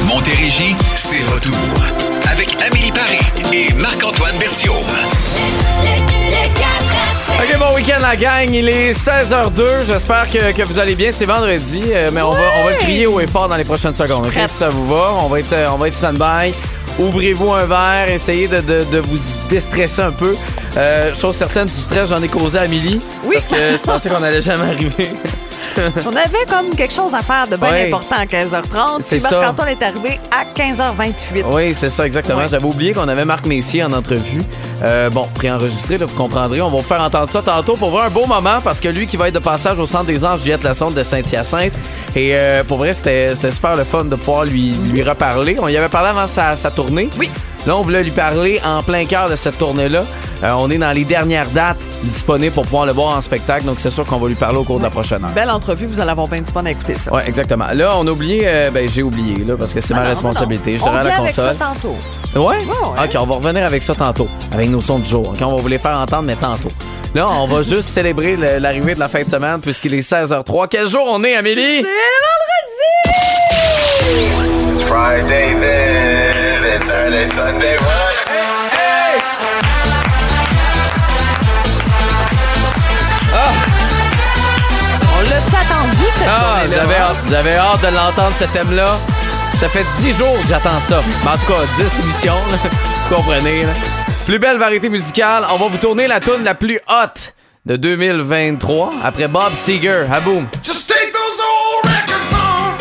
Montérégie, c'est retour. Avec Amélie Paris et Marc-Antoine Berthiaume. OK, bon week-end la gang, il est 16h02, j'espère que vous allez bien, c'est vendredi, mais on va le crier haut et fort dans les prochaines secondes, OK? Si ça vous va, on va être stand-by, ouvrez-vous un verre, essayez de vous déstresser un peu. Chose certaine, du stress, j'en ai causé à Amélie, parce que je pensais qu'on allait jamais arriver. On avait comme quelque chose à faire de bien important à 15h30. C'est ça. Marc-Antoine est arrivé à 15h28. Oui, c'est ça, exactement. Ouais. J'avais oublié qu'on avait Marc Messier en entrevue. Préenregistré, là, vous comprendrez. On va vous faire entendre ça tantôt pour voir un beau moment parce que lui qui va être de passage au Centre des Anges Juliette Lassonde de Saint-Hyacinthe. Et pour vrai, c'était super le fun de pouvoir lui reparler. On y avait parlé avant sa tournée. Oui. Là, on voulait lui parler en plein cœur de cette tournée-là. On est dans les dernières dates disponibles pour pouvoir le voir en spectacle. Donc, c'est sûr qu'on va lui parler au cours de la prochaine heure. Belle entrevue. Vous allez avoir bien du fun à écouter ça. Oui, exactement. Là, on a oublié... j'ai oublié, là, parce que c'est ma responsabilité. Je dirais à la console. On avec ça tantôt. Ouais? OK, on va revenir avec ça tantôt. Avec nos sons du jour. OK, on va vous les faire entendre, mais tantôt. Là, on va juste célébrer l'arrivée de la fin de semaine puisqu'il est 16h03. Quel jour on est, Amélie? C'est vendredi! It's Friday then, it's Saturday, Sunday, what? Hey! On l'a-tu attendu, cette journée-là? J'avais hâte de l'entendre, ce thème-là. Ça fait 10 jours que j'attends ça. Mais en tout cas, 10 émissions, là. Vous comprenez, là. Plus belle variété musicale. On va vous tourner la toune la plus hot de 2023 après Bob Seger. À boum. Just take those old records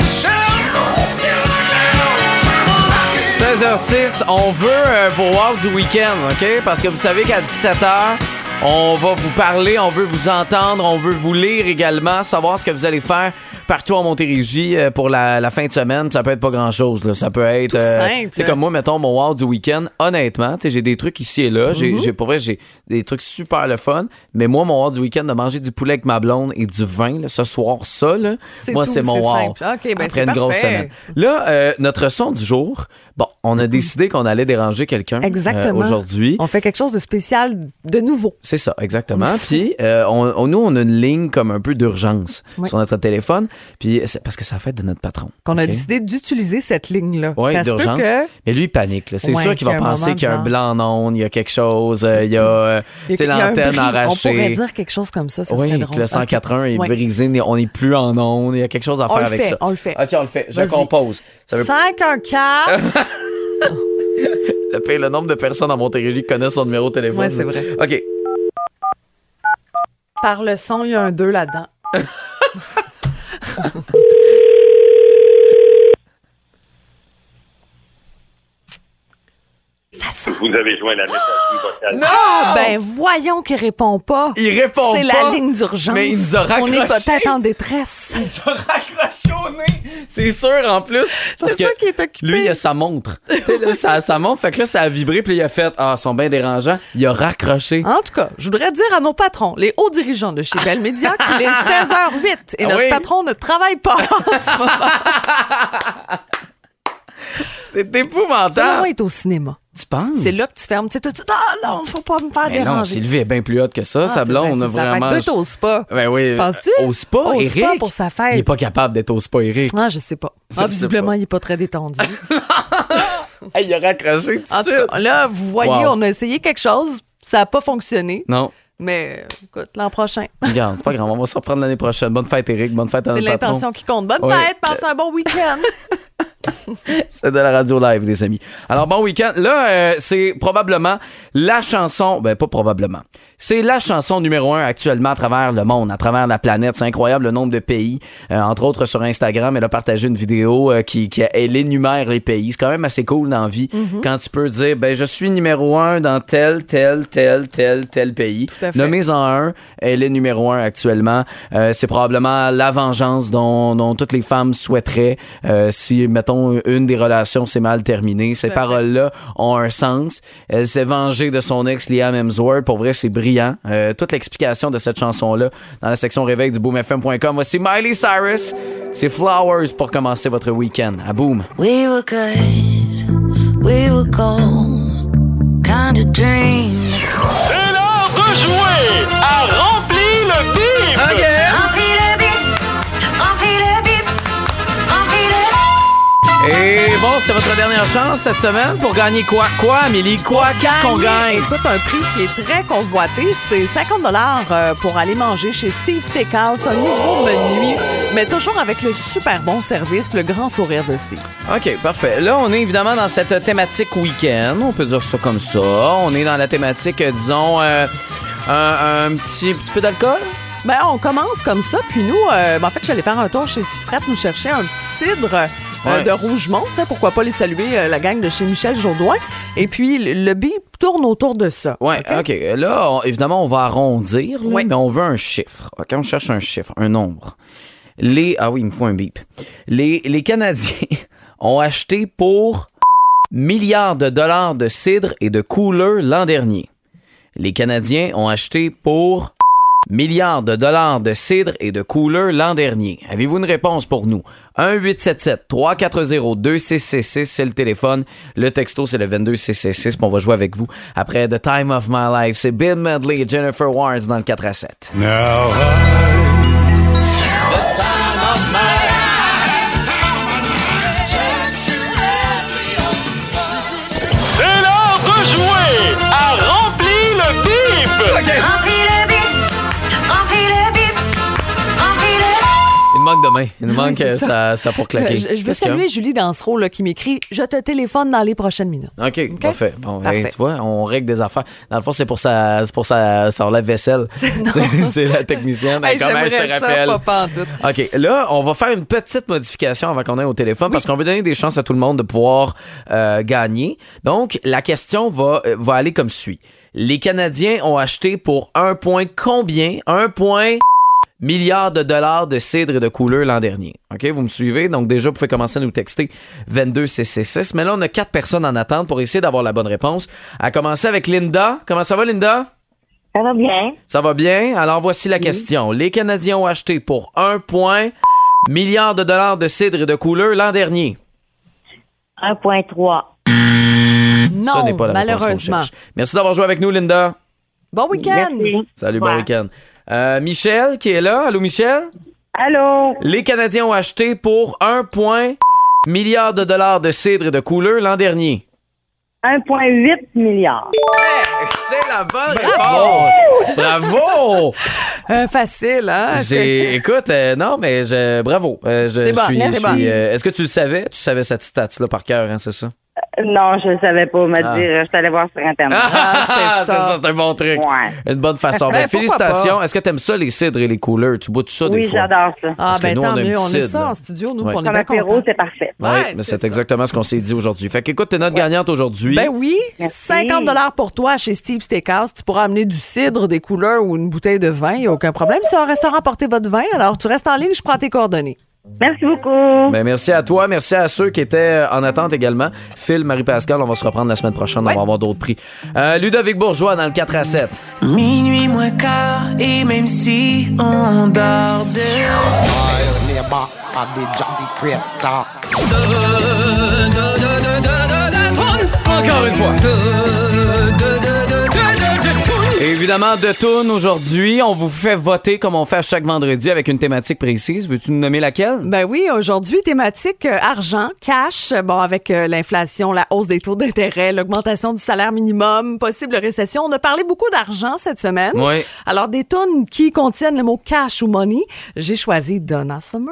on 16h06, on veut vos wow du week-end, OK? Parce que vous savez qu'à 17h, on va vous parler, on veut vous entendre, on veut vous lire également, savoir ce que vous allez faire partout en Montérégie pour la fin de semaine. Ça peut être pas grand-chose, là. Ça peut être... Tout simple. Tu sais, comme moi, mettons, mon wow du week-end, honnêtement, j'ai des trucs ici et là. Pour vrai, j'ai des trucs super le fun. Mais moi, mon wow du week-end, de manger du poulet avec ma blonde et du vin, là, ce soir, ça, là, moi, c'est mon wow. Simple. Okay, ben après une grosse semaine. Là, notre son du jour, on a décidé qu'on allait déranger quelqu'un aujourd'hui. On fait quelque chose de spécial, de nouveau. C'est ça, exactement. Puis, nous, on a une ligne comme un peu d'urgence sur notre téléphone. Puis, c'est parce que c'est la fête de notre patron. Qu'on a décidé d'utiliser cette ligne-là. Oui, d'urgence. Mais lui, il panique. Là. C'est sûr qu'il va penser qu'il y a un blanc en onde, il y a quelque chose, il y a l'antenne arrachée. On pourrait dire quelque chose comme ça serait drôle. Oui, le 104.1 est brisé, on n'est plus en onde, il y a quelque chose à faire avec ça. On le fait. OK, on le fait. Je compose. 514... Le nombre de personnes à Montérégie qui connaissent son numéro de téléphone. Oui, c'est vrai. OK. Par le son, il y a un 2 là-dedans. Ça sonne. Vous avez joint la messagerie vocale. Non! Ben voyons qu'il répond pas. Il répond pas. C'est la ligne d'urgence. Mais il nous a raccroché. On est peut-être en détresse. Il nous a raccroché au nez. C'est sûr, en plus. C'est ça qui est occupé. Lui, il a sa montre. sa montre, fait que là, ça a vibré, puis il a fait « Ah, ils sont bien dérangeants. » Il a raccroché. En tout cas, je voudrais dire à nos patrons, les hauts dirigeants de chez Bell Media, qu'il est 16h08 et notre patron ne travaille pas en ce moment. C'est épouvantable. Ça doit être au cinéma. Tu penses? C'est là que tu fermes. Tu sais, non, faut pas me faire déranger. Non, Sylvie est bien plus haute que ça. Sa blonde, on a vraiment... Deux au spa. Ben oui. Penses-tu? Au spa, au Eric? Spa pour sa fête. Il est pas capable d'être au spa, Eric. Ah, je sais pas. Visiblement, il est pas très détendu. Il a raccroché tout de suite. En tout cas, là, vous voyez, on a essayé quelque chose. Ça a pas fonctionné. Non. Mais écoute, l'an prochain. Regarde, c'est pas grave, on va se reprendre l'année prochaine. Bonne fête, Eric. Bonne fête à notre patron. C'est l'intention qui compte. Bonne fête, passez un bon week-end. C'est de la radio live, les amis. Alors, bon week-end. Là, c'est probablement la chanson... Ben, pas probablement. C'est la chanson numéro 1 actuellement à travers le monde, à travers la planète. C'est incroyable le nombre de pays. Entre autres, sur Instagram, elle a partagé une vidéo elle énumère les pays. C'est quand même assez cool dans la vie quand tu peux dire, ben, je suis numéro 1 dans tel pays. Nommez-en un. Elle est numéro 1 actuellement. C'est probablement la vengeance dont toutes les femmes souhaiteraient si, mettons, une des relations s'est mal terminée. Ces paroles-là ont un sens. Elle s'est vengée de son ex Liam Hemsworth. Pour vrai, c'est brillant. Toute l'explication de cette chanson-là dans la section réveil du boomfm.com. Voici Miley Cyrus. C'est Flowers pour commencer votre week-end. À Boom. We were good, we were gold, kind of dream. C'est l'heure de jouer à Remplis le bip! Remplis le bip, remplis le bip, remplis le bip. Et bon, c'est votre dernière chance cette semaine pour gagner quoi? Quoi, Amélie? Quoi? Qu'est-ce qu'on gagne? Écoute, un prix qui est très convoité, c'est 50 $ pour aller manger chez Steve Steakhouse, un nouveau menu, mais toujours avec le super bon service, le grand sourire de Steve. OK, parfait. Là, on est évidemment dans cette thématique week-end. On peut dire ça comme ça. On est dans la thématique, disons, un petit peu d'alcool? Ben, on commence comme ça, puis nous, en fait, je suis allée faire un tour chez Tite Frette, nous chercher un petit cidre de Rougemont, tu sais, pourquoi pas les saluer, la gang de chez Michel Jourdouin. Et puis, le beat tourne autour de ça. Oui, OK. Là, évidemment, on va arrondir, là, mais on veut un chiffre. OK, on cherche un chiffre, un nombre. Ah oui, il me faut un bip. Les Canadiens ont acheté pour milliards de dollars de cidre et de couleurs l'an dernier. Les Canadiens ont acheté pour milliards de dollars de cidre et de couleurs l'an dernier. Avez-vous une réponse pour nous? 1-877-340-2666, c'est le téléphone. Le texto, c'est le 22666, puis on va jouer avec vous. Après The Time of My Life, c'est Bill Medley et Jennifer Warnes dans le 4-7. Now c'est l'heure de jouer à Remplis le bip! Il nous manque de main. Il nous manque ça pour claquer. Je veux saluer Julie Dansereau là, qui m'écrit « Je te téléphone dans les prochaines minutes ». OK, parfait. Bon, Parfait. hey, tu vois, on règle des affaires. Dans le fond, c'est pour sa lave-vaisselle. C'est la technicienne. Hey, Comment je te j'aimerais ça, rappelle? pas en tout. OK, là, on va faire une petite modification avant qu'on aille au téléphone parce qu'on veut donner des chances à tout le monde de pouvoir gagner. Donc, la question va aller comme suit. Les Canadiens ont acheté pour 1 point combien? 1 point milliards de dollars de cidre et de couleurs l'an dernier. OK, vous me suivez? Donc déjà, vous pouvez commencer à nous texter 22666. Mais là, on a 4 personnes en attente pour essayer d'avoir la bonne réponse. À commencer avec Linda. Comment ça va, Linda? Ça va bien. Ça va bien? Alors, voici la question. Les Canadiens ont acheté pour 1 point milliards de dollars de cidre et de couleurs l'an dernier. 1,3. Non, Ça n'est pas la réponse qu'on malheureusement. cherche. Merci d'avoir joué avec nous, Linda. Bon week-end! Merci. Salut, bon Ouais. week-end. Michel qui est là. Allô, Michel? Allô? Les Canadiens ont acheté pour 1 point milliards de dollars de cidre et de couleurs l'an dernier. 1,8 milliard. C'est la bonne réponse! Bravo! Facile, hein? Écoute, non, mais bravo. C'est bon, c'est bon. Est-ce que tu le savais? Tu savais cette stats-là par cœur, hein, c'est ça? Non, je ne savais pas. Me dire, je suis allée voir sur Internet. c'est ça. C'est un bon truc. Ouais. Une bonne façon. Ben, Ben, félicitations. Est-ce que tu aimes ça, les cidres et les couleurs? Tu bois tout ça des Oui, fois? j'adore ça. Parce que nous, on tant a un mieux. petit On a cidre, ça là. en studio, nous, Ouais. on est Comme bien apéro, contents. c'est parfait. Oui, Ouais, mais c'est c'est ça. exactement ce qu'on s'est dit aujourd'hui. Fait qu'écoute, t'es notre gagnante aujourd'hui. Ben oui, Merci. 50 $ pour toi chez Steve Steakhouse. Tu pourras amener du cidre, des couleurs ou une bouteille de vin. Il n'y a aucun problème. C'est un restaurant porter votre vin. Alors, tu restes en ligne, je prends tes coordonnées. Merci beaucoup. Ben, merci à toi. Merci à ceux qui étaient en attente également. Phil, Marie-Pascal, on va se reprendre la semaine prochaine. Ouais. On va avoir d'autres prix. Ludovic Bourgeois dans le 4-7. Minuit moins quart, et même si on dort Encore une fois. Évidemment, de tourne aujourd'hui. On vous fait voter comme on fait à chaque vendredi avec une thématique précise. Veux-tu nous nommer laquelle? Ben oui, aujourd'hui, thématique argent, cash. Bon, avec l'inflation, la hausse des taux d'intérêt, l'augmentation du salaire minimum, possible récession. On a parlé beaucoup d'argent cette semaine. Oui. Alors, des tunes qui contiennent le mot cash ou money, j'ai choisi Donna Summer.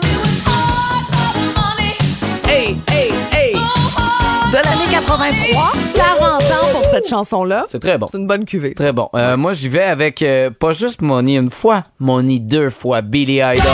Hey, hey, hey! De l'année 83, 40 ans pour cette chanson-là. C'est très bon. C'est une bonne cuvée. ça. Très bon. Moi, j'y vais avec pas juste Money une fois, Money 2 fois, Billy Idol.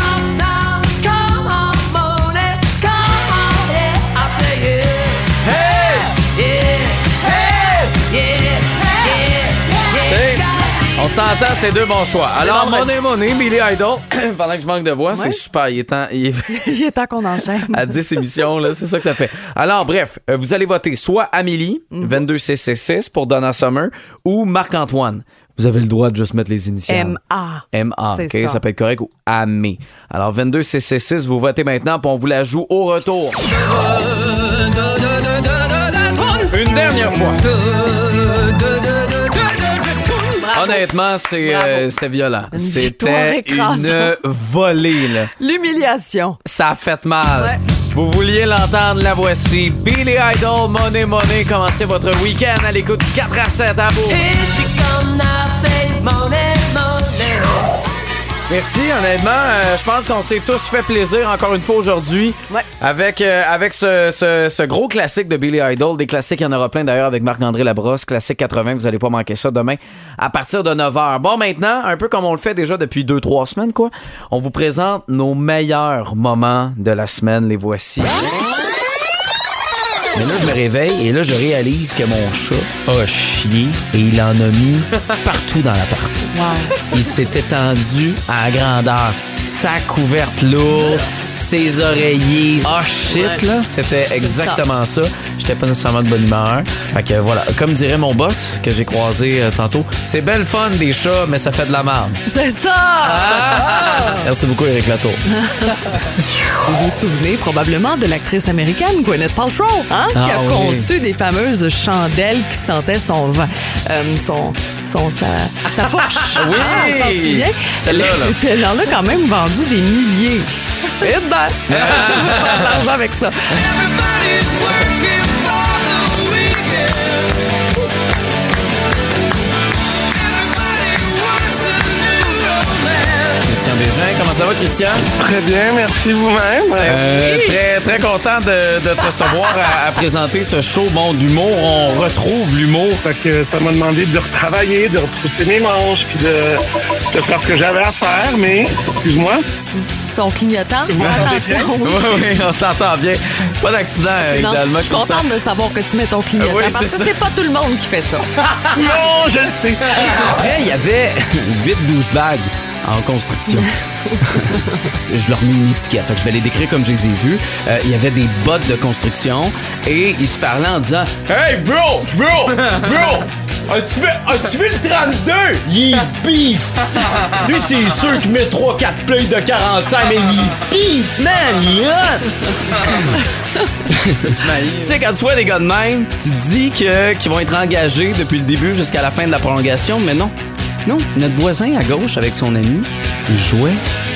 On s'entend, c'est 2 bons choix. Alors, Money, Billy Idol, pendant que je manque de voix, c'est super. Il est Il est temps qu'on enchaîne. à 10 émissions, là, c'est ça que ça fait. Alors, bref, vous allez voter soit Amélie, 22666 pour Donna Summer, ou Marc-Antoine. Vous avez le droit de juste mettre les initiales. M.A. M.A. C'est OK? ça. Ça peut être correct ou Amé. Alors, 22666, vous votez maintenant, puis on vous la joue au retour. Une dernière fois. Honnêtement, c'était violent. Une victoire C'était écrasante. une volée, là. L'humiliation. Ça a fait mal. Ouais. Vous vouliez l'entendre, la voici. Billy Idol, Money Money. Commencez votre week-end à l'écoute du 4 à 7 à Beauce. Merci, honnêtement. Je pense qu'on s'est tous fait plaisir encore une fois aujourd'hui avec ce gros classique de Billy Idol. Des classiques, il y en aura plein d'ailleurs avec Marc-André Labrosse. Classique 80, vous n'allez pas manquer ça demain à partir de 9h. Bon, maintenant, un peu comme on le fait déjà depuis 2-3 semaines, quoi. On vous présente nos meilleurs moments de la semaine. Les voici. Mais là, je me réveille et là, je réalise que mon chat a chié et il en a mis partout dans l'appart. Wow. Il s'est étendu à grandeur. Sa couverte lourde, ses oreillers. Ah, shit, là. C'était exactement ça. J'étais pas nécessairement de bonne humeur. Fait que voilà, comme dirait mon boss que j'ai croisé tantôt, c'est belle fun des chats, mais ça fait de la merde. C'est ça! Merci beaucoup, Éric Latour. Vous vous souvenez probablement de l'actrice américaine Gwyneth Paltrow, hein, qui a conçu des fameuses chandelles qui sentaient sa fourche. Oui! On s'en souvient? Celle-là, là. Elle en a quand même vendu des milliers. Eh ben, on va faire de l'argent avec ça. Christian Bégin, comment ça va, Christian? Très bien, merci vous-même. Très, très content de te recevoir à présenter ce show Monde d'humour. On retrouve l'humour. Fait que ça m'a demandé de retravailler, de retrousser mes manches, puis de faire ce que j'avais à faire, mais, excuse-moi. C'est ton clignotant. Attention. Oui, on t'entend bien. Pas d'accident, idéalement. Je suis contente de savoir que tu mets ton clignotant, parce que c'est pas tout le monde qui fait ça. Non, je le sais. Après, il y avait 8 douchebags en construction. Je leur mets une étiquette. Fait que je vais les décrire comme je les ai vus. Il y avait des bottes de construction et ils se parlaient en disant « Hey, bro! As-tu vu le 32? Il est beef! Lui, c'est sûr qu'il met 3-4 plays de 45, mais il est beef, man! Il est hot! » Tu sais, quand tu vois des gars de même, tu te dis qu'ils vont être engagés depuis le début jusqu'à la fin de la prolongation, mais non. Non, notre voisin à gauche avec son ami, il jouait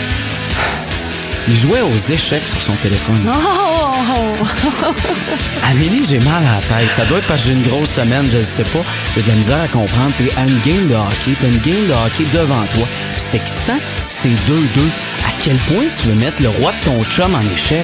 aux échecs sur son téléphone. Oh! Amélie, j'ai mal à la tête. Ça doit être parce que j'ai une grosse semaine, je ne sais pas. J'ai de la misère à comprendre. T'es à une game de hockey, t'as une game de hockey devant toi. Puis c'est excitant, c'est 2-2. À quel point tu veux mettre le roi de ton chum en échec?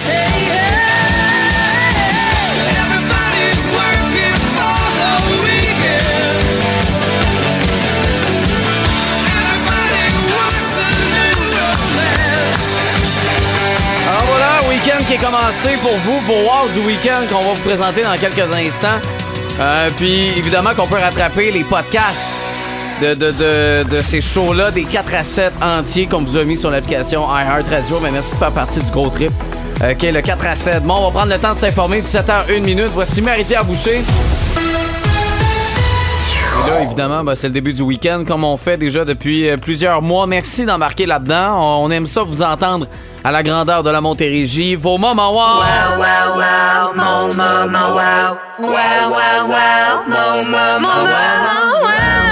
Week-end qui est commencé pour vous, pour Wow du week-end qu'on va vous présenter dans quelques instants. Puis évidemment qu'on peut rattraper les podcasts de ces shows-là, des 4 à 7 entiers qu'on vous a mis sur l'application iHeartRadio. Mais merci de faire partie du gros trip qui est le 4 à 7. Bon, on va prendre le temps de s'informer. 17h01. Voici Marie-Pierre Boucher. Et là, évidemment, c'est le début du week-end, comme on fait déjà depuis plusieurs mois. Merci d'embarquer là-dedans. On aime ça vous entendre à la grandeur de la Montérégie. Vos moments wow! Wow, wow, wow, mon moment wow. Wow, wow, wow, mon moment wow.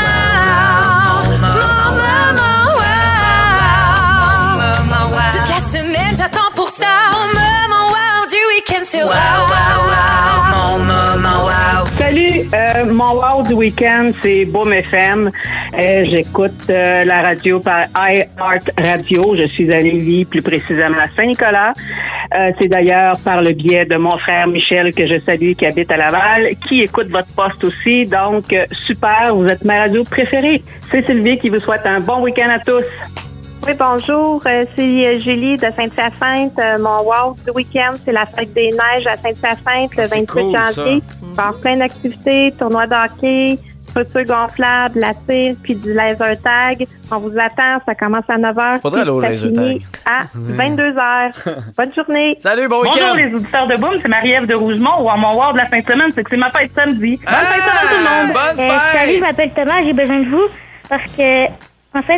Toute la semaine, j'attends pour ça. Mon moment wow du week-end, c'est wow, wow, wow, mon moment wow. Salut, mon wow du week-end, c'est Boom FM. J'écoute la radio par iHeart Radio. Je suis à Lévis, plus précisément à Saint-Nicolas. C'est d'ailleurs par le biais de mon frère Michel, que je salue, qui habite à Laval, qui écoute votre poste aussi. Donc, super, vous êtes ma radio préférée. C'est Sylvie qui vous souhaite un bon week-end à tous. Oui, bonjour. C'est Julie de Sainte-Hyacinthe. Mon wow du week-end, c'est la fête des neiges à Sainte-Hyacinthe le 28 janvier. Il va y avoir plein d'activités, tournois de hockey, structures gonflables, la tire, puis du laser tag. On vous attend, ça commence à 9h. Faudrait aller au laser tag. À 22h. Bonne journée. Salut, bon week-end. Bonjour les auditeurs de Boom, c'est Marie-Ève de Rougemont. Ou à mon wow de la fin de semaine, c'est que c'est ma fête samedi. Bonne fête à tout le monde. Bonne fête. Salut, je m'appelle Thomas, j'ai besoin de vous parce que, en fait,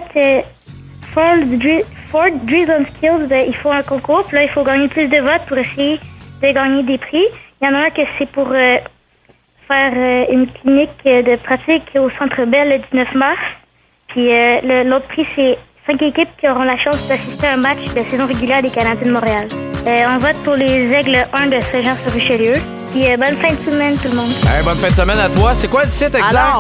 for Drizzle Skills, il faut un concours. Puis là, il faut gagner plus de votes pour essayer de gagner des prix. Il y en a un que c'est pour faire une clinique de pratique au Centre Bell le 19 mars. Puis l'autre prix, c'est 5 équipes qui auront la chance d'assister à un match de saison régulière des Canadiens de Montréal. On vote pour les Aigles 1 de Saint-Jean-sur-Richelieu. Puis bonne fin de semaine, tout le monde. Hey, bonne fin de semaine à toi. C'est quoi le site exact? Alors,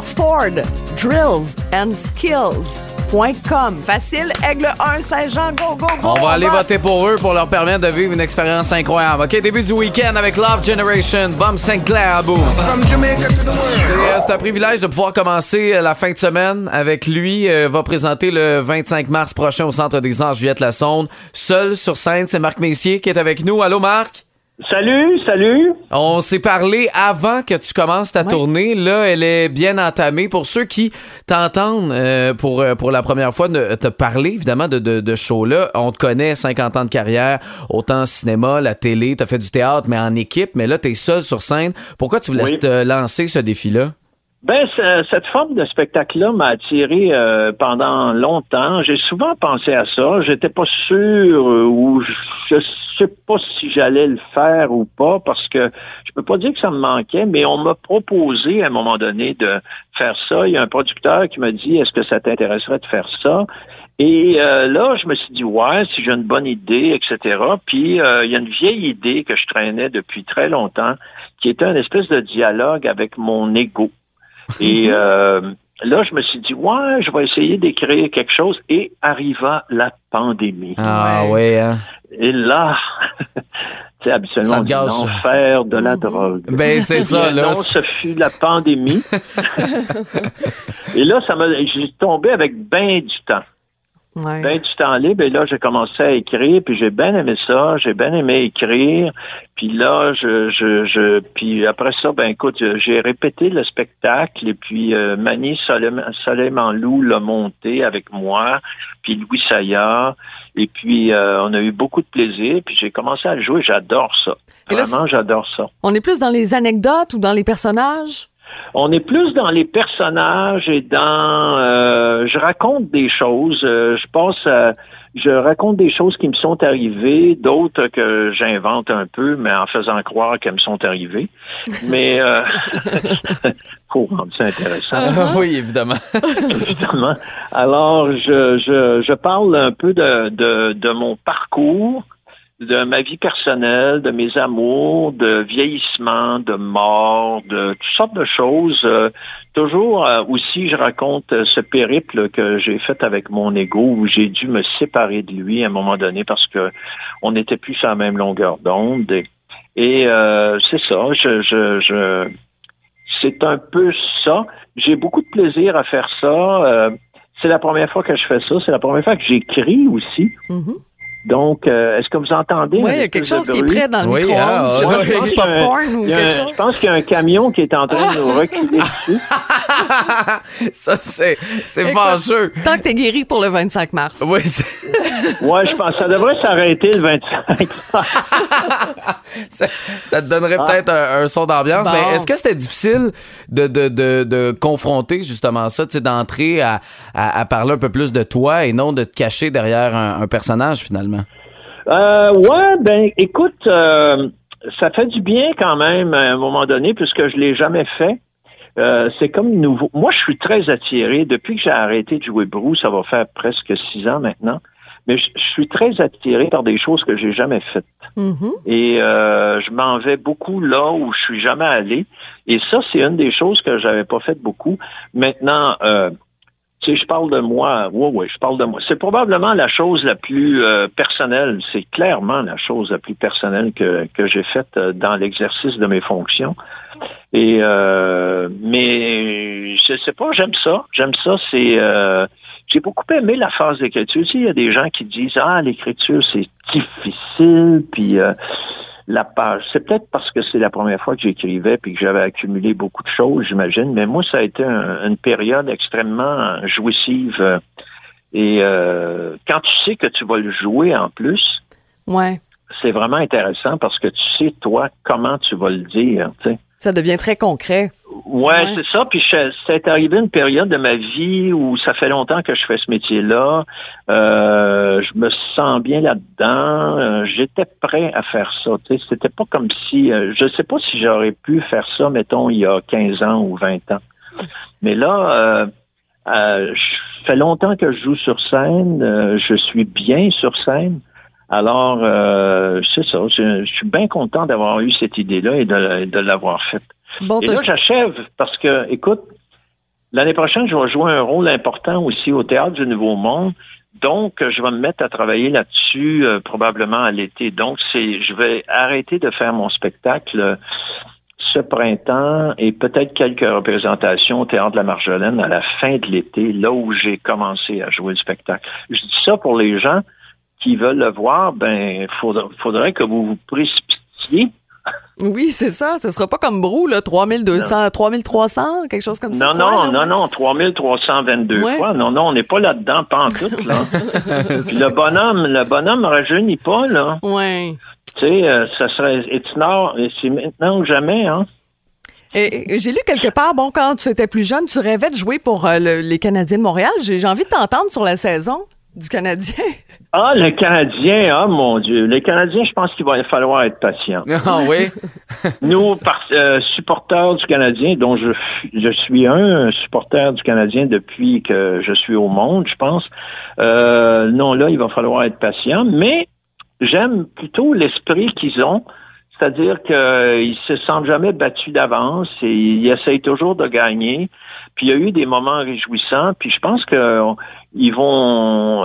FordDrillsAndSkills.com. Facile, Aigle 1, Saint-Jean, go, go, go. On va aller voter pour eux pour leur permettre de vivre une expérience incroyable. OK, début du week-end avec Love Generation, Bum Sinclair à bout. C'est un privilège de pouvoir commencer la fin de semaine avec lui. Va présenter le 25 mars prochain au Centre des Arts Juliette Lassonde. Seul sur scène, c'est Marc Messier qui est avec nous. Allô, Marc? Salut! On s'est parlé avant que tu commences ta tournée. Là, elle est bien entamée. Pour ceux qui t'entendent pour la première fois te parler, évidemment, de ce show-là, on te connaît, 50 ans de carrière, autant cinéma, la télé, t'as fait du théâtre, mais en équipe, mais là, t'es seul sur scène. Pourquoi tu voulais te lancer ce défi-là? Ben, cette forme de spectacle-là m'a attiré pendant longtemps. J'ai souvent pensé à ça. J'étais pas sûr ou je sais pas si j'allais le faire ou pas parce que je peux pas dire que ça me manquait, mais on m'a proposé à un moment donné de faire ça. Il y a un producteur qui m'a dit, est-ce que ça t'intéresserait de faire ça? Et là, je me suis dit, ouais, si j'ai une bonne idée, etc. Puis, il y a une vieille idée que je traînais depuis très longtemps qui était une espèce de dialogue avec mon ego. Et là, je me suis dit, ouais, je vais essayer d'écrire quelque chose. Et arriva la pandémie. Ah ouais, hein? Et là, c'est habituellement l'enfer de la drogue. Ben, c'est ça, là. Non, ce fut la pandémie. Et là, j'ai tombé avec ben du temps. Ouais. Ben du temps libre, et là, j'ai commencé à écrire, puis j'ai bien aimé ça, j'ai bien aimé écrire, puis là, puis après ça, ben écoute, j'ai répété le spectacle, et puis Mani Soleiman-Loup l'a monté avec moi, puis Louis Saillard, et puis on a eu beaucoup de plaisir, puis j'ai commencé à le jouer, j'adore ça. Vraiment, j'adore ça. On est plus dans les anecdotes ou dans les personnages? On est plus dans les personnages et dans... je raconte des choses. Je raconte des choses qui me sont arrivées, d'autres que j'invente un peu, mais en faisant croire qu'elles me sont arrivées. Mais faut rendre ça intéressant. Oui, évidemment. Évidemment. Alors, je parle un peu de mon parcours, de ma vie personnelle, de mes amours, de vieillissement, de mort, de toutes sortes de choses. Toujours aussi, je raconte ce périple que j'ai fait avec mon ego où j'ai dû me séparer de lui à un moment donné parce que on n'était plus sur la même longueur d'onde. Et c'est ça, c'est un peu ça. J'ai beaucoup de plaisir à faire ça. C'est la première fois que je fais ça. C'est la première fois que j'écris aussi. Mm-hmm. Donc, est-ce que vous entendez? Oui, il y a quelque chose qui est prêt dans le micro-ondes. Je sais pas si c'est du popcorn ou quelque chose. Je pense qu'il y a un camion qui est en train de nous reculer dessus. Ça, c'est fâcheux. Tant que t'es guéri pour le 25 mars. Oui, ouais, je pense que ça devrait s'arrêter le 25 mars. ça te donnerait peut-être un son d'ambiance. Bon. Mais est-ce que c'était difficile de confronter justement ça, tu sais, d'entrer à parler un peu plus de toi et non de te cacher derrière un personnage finalement? Ouais, ben écoute, ça fait du bien quand même à un moment donné puisque je l'ai jamais fait. C'est comme nouveau. Moi, je suis très attiré. Depuis que j'ai arrêté de jouer Brou, ça va faire presque 6 ans maintenant. Mais je suis très attiré par des choses que j'ai jamais faites. Mm-hmm. Et je m'en vais beaucoup là où je suis jamais allé. Et ça, c'est une des choses que j'avais pas fait beaucoup. Maintenant, tu sais, je parle de moi. Oui, je parle de moi. C'est probablement la chose la plus personnelle. C'est clairement la chose la plus personnelle que j'ai faite dans l'exercice de mes fonctions. Et mais je sais pas, j'aime ça. C'est j'ai beaucoup aimé la phase d'écriture. Tu sais, il y a des gens qui disent l'écriture c'est difficile, puis la page. C'est peut-être parce que c'est la première fois que j'écrivais puis que j'avais accumulé beaucoup de choses, j'imagine. Mais moi, ça a été une période extrêmement jouissive. Et quand tu sais que tu vas le jouer en plus, ouais, c'est vraiment intéressant parce que tu sais, toi, comment tu vas le dire, tu sais. Ça devient très concret. Ouais, c'est ça. Puis c'est arrivé une période de ma vie où ça fait longtemps que je fais ce métier-là. Je me sens bien là-dedans. J'étais prêt à faire ça. Tu sais, c'était pas comme si... je sais pas si j'aurais pu faire ça, mettons, il y a 15 ans ou 20 ans. Mais là, ça fait longtemps que je joue sur scène. Je suis bien sur scène. Alors, c'est ça. Je suis bien content d'avoir eu cette idée-là et de l'avoir faite. Bon, et là, j'achève parce que, écoute, l'année prochaine, je vais jouer un rôle important aussi au Théâtre du Nouveau Monde. Donc, je vais me mettre à travailler là-dessus probablement à l'été. Donc, je vais arrêter de faire mon spectacle ce printemps et peut-être quelques représentations au Théâtre de la Marjolaine à la fin de l'été, là où j'ai commencé à jouer le spectacle. Je dis ça pour les gens qui veulent le voir, faudrait que vous vous précipitiez. Oui, c'est ça. Ce sera pas comme Brou, là, 3200, 3300, quelque chose comme ça. Non, 3322 fois. Non, on n'est pas là-dedans, pas en tout, là. Puis le bonhomme rajeunit pas, là. Oui. Tu sais, ça serait, c'est maintenant ou jamais, hein. Et j'ai lu quelque part, quand tu étais plus jeune, tu rêvais de jouer pour les Canadiens de Montréal. J'ai envie de t'entendre sur la saison du Canadien. Ah, le Canadien, mon Dieu. Les Canadiens, je pense qu'il va falloir être patient. Ah oui? Nous, supporters du Canadien, dont je suis un supporter du Canadien depuis que je suis au monde, je pense. Non, là, il va falloir être patient, mais j'aime plutôt l'esprit qu'ils ont, c'est-à-dire qu'ils se sentent jamais battus d'avance et ils essayent toujours de gagner. Puis il y a eu des moments réjouissants, puis je pense que ils vont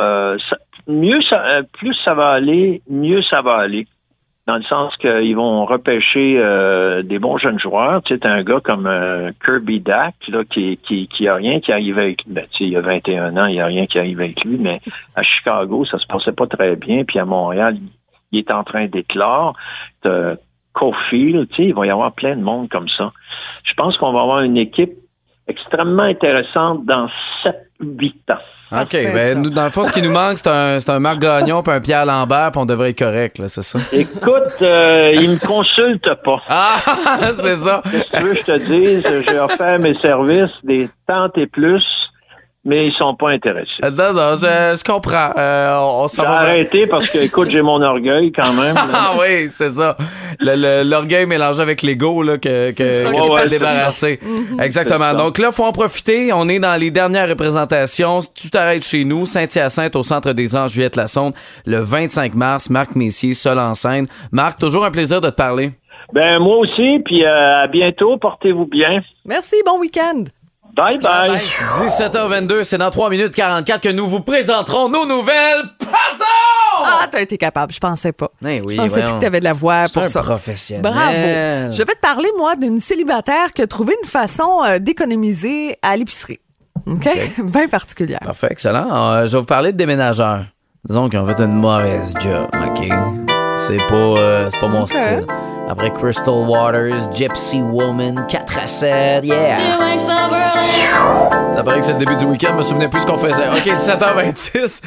plus ça va aller, mieux ça va aller. Dans le sens qu'ils vont repêcher des bons jeunes joueurs. Tu sais, t'as un gars comme Kirby Dack, là, qui a rien qui arrive avec lui. Tu sais, il a 21 ans, il y a rien qui arrive avec lui, mais à Chicago, ça se passait pas très bien, puis à Montréal, il est en train d'éclore. Caulfield, tu sais, il va y avoir plein de monde comme ça. Je pense qu'on va avoir une équipe extrêmement intéressante dans 7-8 ans. OK, nous, dans le fond, ce qui nous manque, c'est un Marc Gagnon puis un Pierre Lambert, puis on devrait être correct, là, c'est ça? Écoute, il me consulte pas. Ah, c'est ça. Qu'est-ce que tu veux que je te dise? J'ai offert mes services des tantes et plus, mais ils sont pas intéressés. Non, je comprends. On s'en j'ai va arrêté parce que, écoute, j'ai mon orgueil quand même. Ah oui, c'est ça. L'orgueil mélangé avec l'ego là, que tu t'es débarrassé. Exactement. Donc là, il faut en profiter. On est dans les dernières représentations. Tu t'arrêtes chez nous, Saint-Hyacinthe, au Centre des Anges, Juliette Lassonde, le 25 mars. Marc Messier, seul en scène. Marc, toujours un plaisir de te parler. Ben moi aussi, puis à bientôt. Portez-vous bien. Merci, bon week-end. Bye bye. 17h22, c'est dans 3 minutes 44 que nous vous présenterons nos nouvelles. Pardon! Ah, t'as été capable, je pensais pas. Oui, je pensais plus que t'avais de la voix pour ça. Professionnel. Bravo. Je vais te parler, moi, d'une célibataire qui a trouvé une façon d'économiser à l'épicerie. OK? Bien particulière. Parfait, excellent. Je vais vous parler de déménageurs. Disons qu'ils ont fait une mauvaise job, OK? C'est pas mon style. Après Crystal Waters, Gypsy Woman, 4-7, yeah! Ça paraît que c'est le début du week-end, je me souvenais plus ce qu'on faisait. OK, 17h26,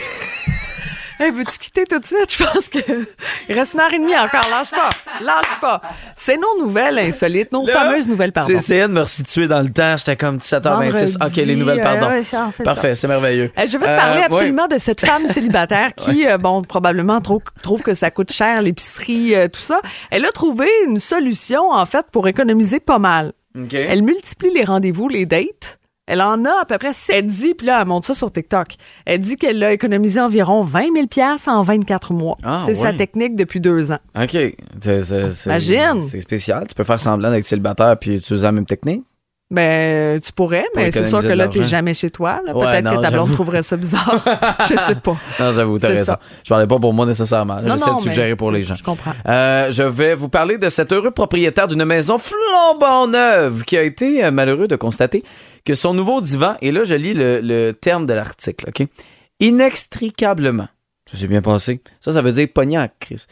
Hey, veux-tu quitter tout de suite? Je pense qu'il reste 1h30 encore. Lâche pas. C'est nos nouvelles insolites, nos fameuses nouvelles, pardon. J'ai essayé de me resituer dans le temps. J'étais comme 17h26. OK, les nouvelles, pardon. Parfait, c'est merveilleux. Je veux te parler absolument de cette femme célibataire qui, probablement trouve que ça coûte cher, l'épicerie, tout ça. Elle a trouvé une solution, en fait, pour économiser pas mal. Okay. Elle multiplie les rendez-vous, les dates. Elle en a à peu près 7. Elle dit, puis là, elle montre ça sur TikTok. Elle dit qu'elle a économisé environ 20 000 $ en 24 mois. C'est sa technique depuis 2 ans. OK. Imagine. C'est spécial. Tu peux faire semblant d'être célibataire puis utiliser la même technique? Ben, tu pourrais, mais c'est sûr que là, t'es jamais chez toi. Là. Peut-être que ta blonde trouverait ça bizarre. Je sais pas. Non, j'avoue, t'as raison. Je parlais pas pour moi nécessairement. J'essaie de suggérer pour les gens. Je comprends. Je vais vous parler de cet heureux propriétaire d'une maison flambant neuve qui a été malheureux de constater que son nouveau divan, et là, je lis le terme de l'article, OK? Inextricablement. Ça s'est bien passé. Ça veut dire pognac, Chris.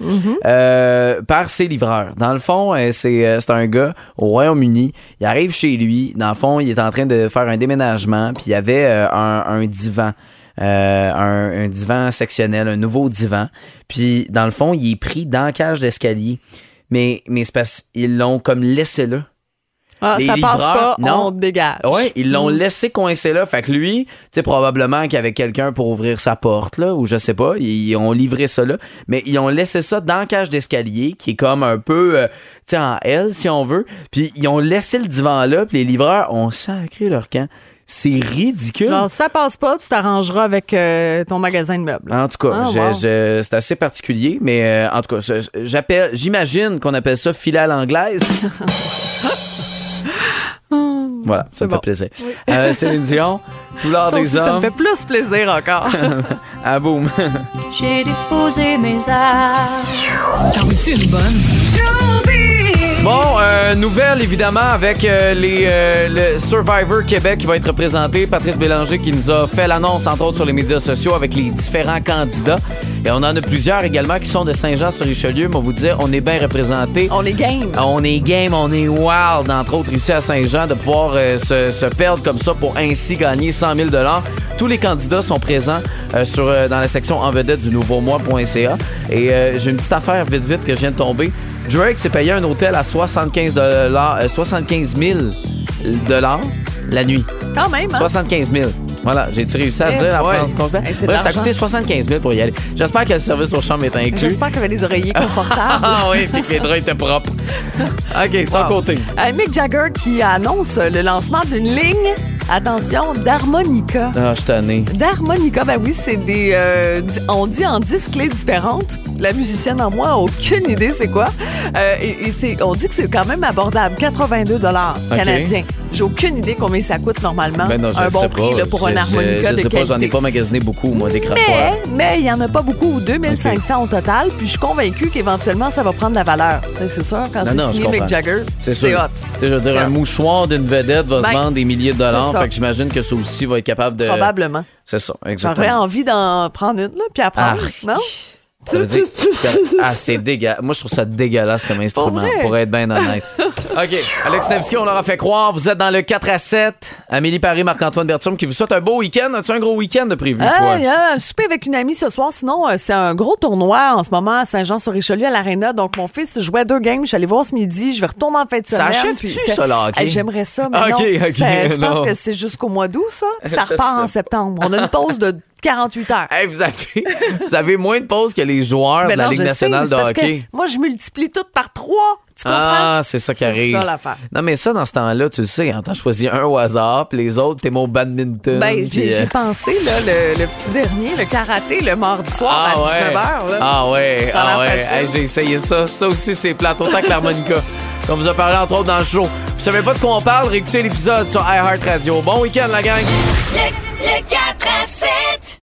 Par ses livreurs. Dans le fond, c'est un gars au Royaume-Uni. Il arrive chez lui. Dans le fond, il est en train de faire un déménagement. Puis il y avait un divan. Un divan sectionnel, un nouveau divan. Puis, dans le fond, il est pris dans la cage d'escalier. Mais c'est parce qu'ils l'ont comme laissé là. Ah, ça passe pas, on dégage. Oui, ils l'ont laissé coincé là. Fait que lui, tu sais, probablement qu'il y avait quelqu'un pour ouvrir sa porte, là, ou je sais pas. Ils ont livré ça là. Mais ils ont laissé ça dans la cage d'escalier, qui est comme un peu, tu sais, en L, si on veut. Puis ils ont laissé le divan là, puis les livreurs ont sacré leur camp. C'est ridicule. Genre, si ça passe pas, tu t'arrangeras avec ton magasin de meubles. En tout cas, c'est assez particulier, mais en tout cas, j'imagine qu'on appelle ça filet à l'anglaise. Voilà, ça me fait plaisir. Oui. Céline Dion, tout l'art des hommes. Ça me fait plus plaisir encore. Ah, boum. J'ai déposé mes armes. T'en es une bonne? Bon, nouvelle évidemment avec le Survivor Québec qui va être représenté. Patrice Bélanger qui nous a fait l'annonce, entre autres, sur les médias sociaux avec les différents candidats. Et on en a plusieurs également qui sont de Saint-Jean-sur-Richelieu. Mais on vous dire, on est bien représentés. On est game. On est game, on est wild, entre autres, ici à Saint-Jean, de pouvoir se perdre comme ça pour ainsi gagner 100 000 $. Tous les candidats sont présents dans la section en vedette du nouveaumois.ca. Et j'ai une petite affaire vite que je viens de tomber. Drake s'est payé un hôtel à 75 000 $ la nuit. Quand même, hein? 75 000. Voilà, j'ai-tu réussi à dire la phrase complète? Bref, ça a coûté 75 000 pour y aller. J'espère que le service aux chambres est inclus. J'espère qu'il y avait des oreillers confortables. Ah oui, puis que les draps étaient propres. OK, ton côté. Mick Jagger qui annonce le lancement d'une ligne, attention, d'harmonica. Ah, je t'en ai. D'harmonica, ben oui, c'est des... on dit en 10 clés différentes. La musicienne en moi a aucune idée c'est quoi. On dit que c'est quand même abordable. 82 $ canadiens. J'ai aucune idée combien ça coûte normalement. Ben non, un bon prix là, pour un harmonica de qualité. Je sais pas, j'en ai pas magasiné beaucoup, moi, des crachoirs. Mais il y en a pas beaucoup, 2500 au total. Puis je suis convaincue qu'éventuellement, ça va prendre de la valeur. C'est sûr, quand c'est signé Mick Jagger, c'est hot. Je veux dire, un mouchoir d'une vedette va se vendre des milliers de dollars. Fait que j'imagine que ça aussi va être capable de... Probablement. C'est ça, exactement. J'aurais envie d'en prendre une, là, puis apprendre, non? Ça veut dire c'est dégueulasse. Moi, je trouve ça dégueulasse comme instrument, pour être bien honnête. OK. Alex Nevsky, on leur a fait croire. Vous êtes dans le 4 à 7. Amélie Paris, Marc-Antoine Bertium qui vous souhaite un beau week-end. As-tu un gros week-end de prévu, toi? Il y a un souper avec une amie ce soir. Sinon, c'est un gros tournoi en ce moment à Saint-Jean-sur-Richelieu à l'Arena. Donc, mon fils jouait 2 games. Je suis allée voir ce midi. Je vais retourner en fin de semaine. Ça achève-tu, ça, là? Okay. J'aimerais ça, mais non. Je pense que c'est jusqu'au mois d'août, ça. Puis ça repart en septembre. On a une pause de 48 heures. Hey, vous avez moins de pauses que les joueurs de la Ligue nationale de hockey. Moi, je multiplie tout par 3. Tu comprends? Ah, c'est ça qui arrive. C'est ça l'affaire. Non, mais ça, dans ce temps-là, tu le sais, t'as choisi un au hasard, puis les autres, t'es mon badminton. Ben, j'ai pensé, là, le petit dernier, le karaté, le mardi soir à 19h. Là. Ah ouais, hey, j'ai essayé ça. Ça aussi, c'est plate, autant que l'harmonica. On vous a parlé, entre autres, dans le show. Vous savez pas de quoi on parle? Réécoutez l'épisode sur iHeartRadio. Bon week-end, la gang! Le 4 à 7.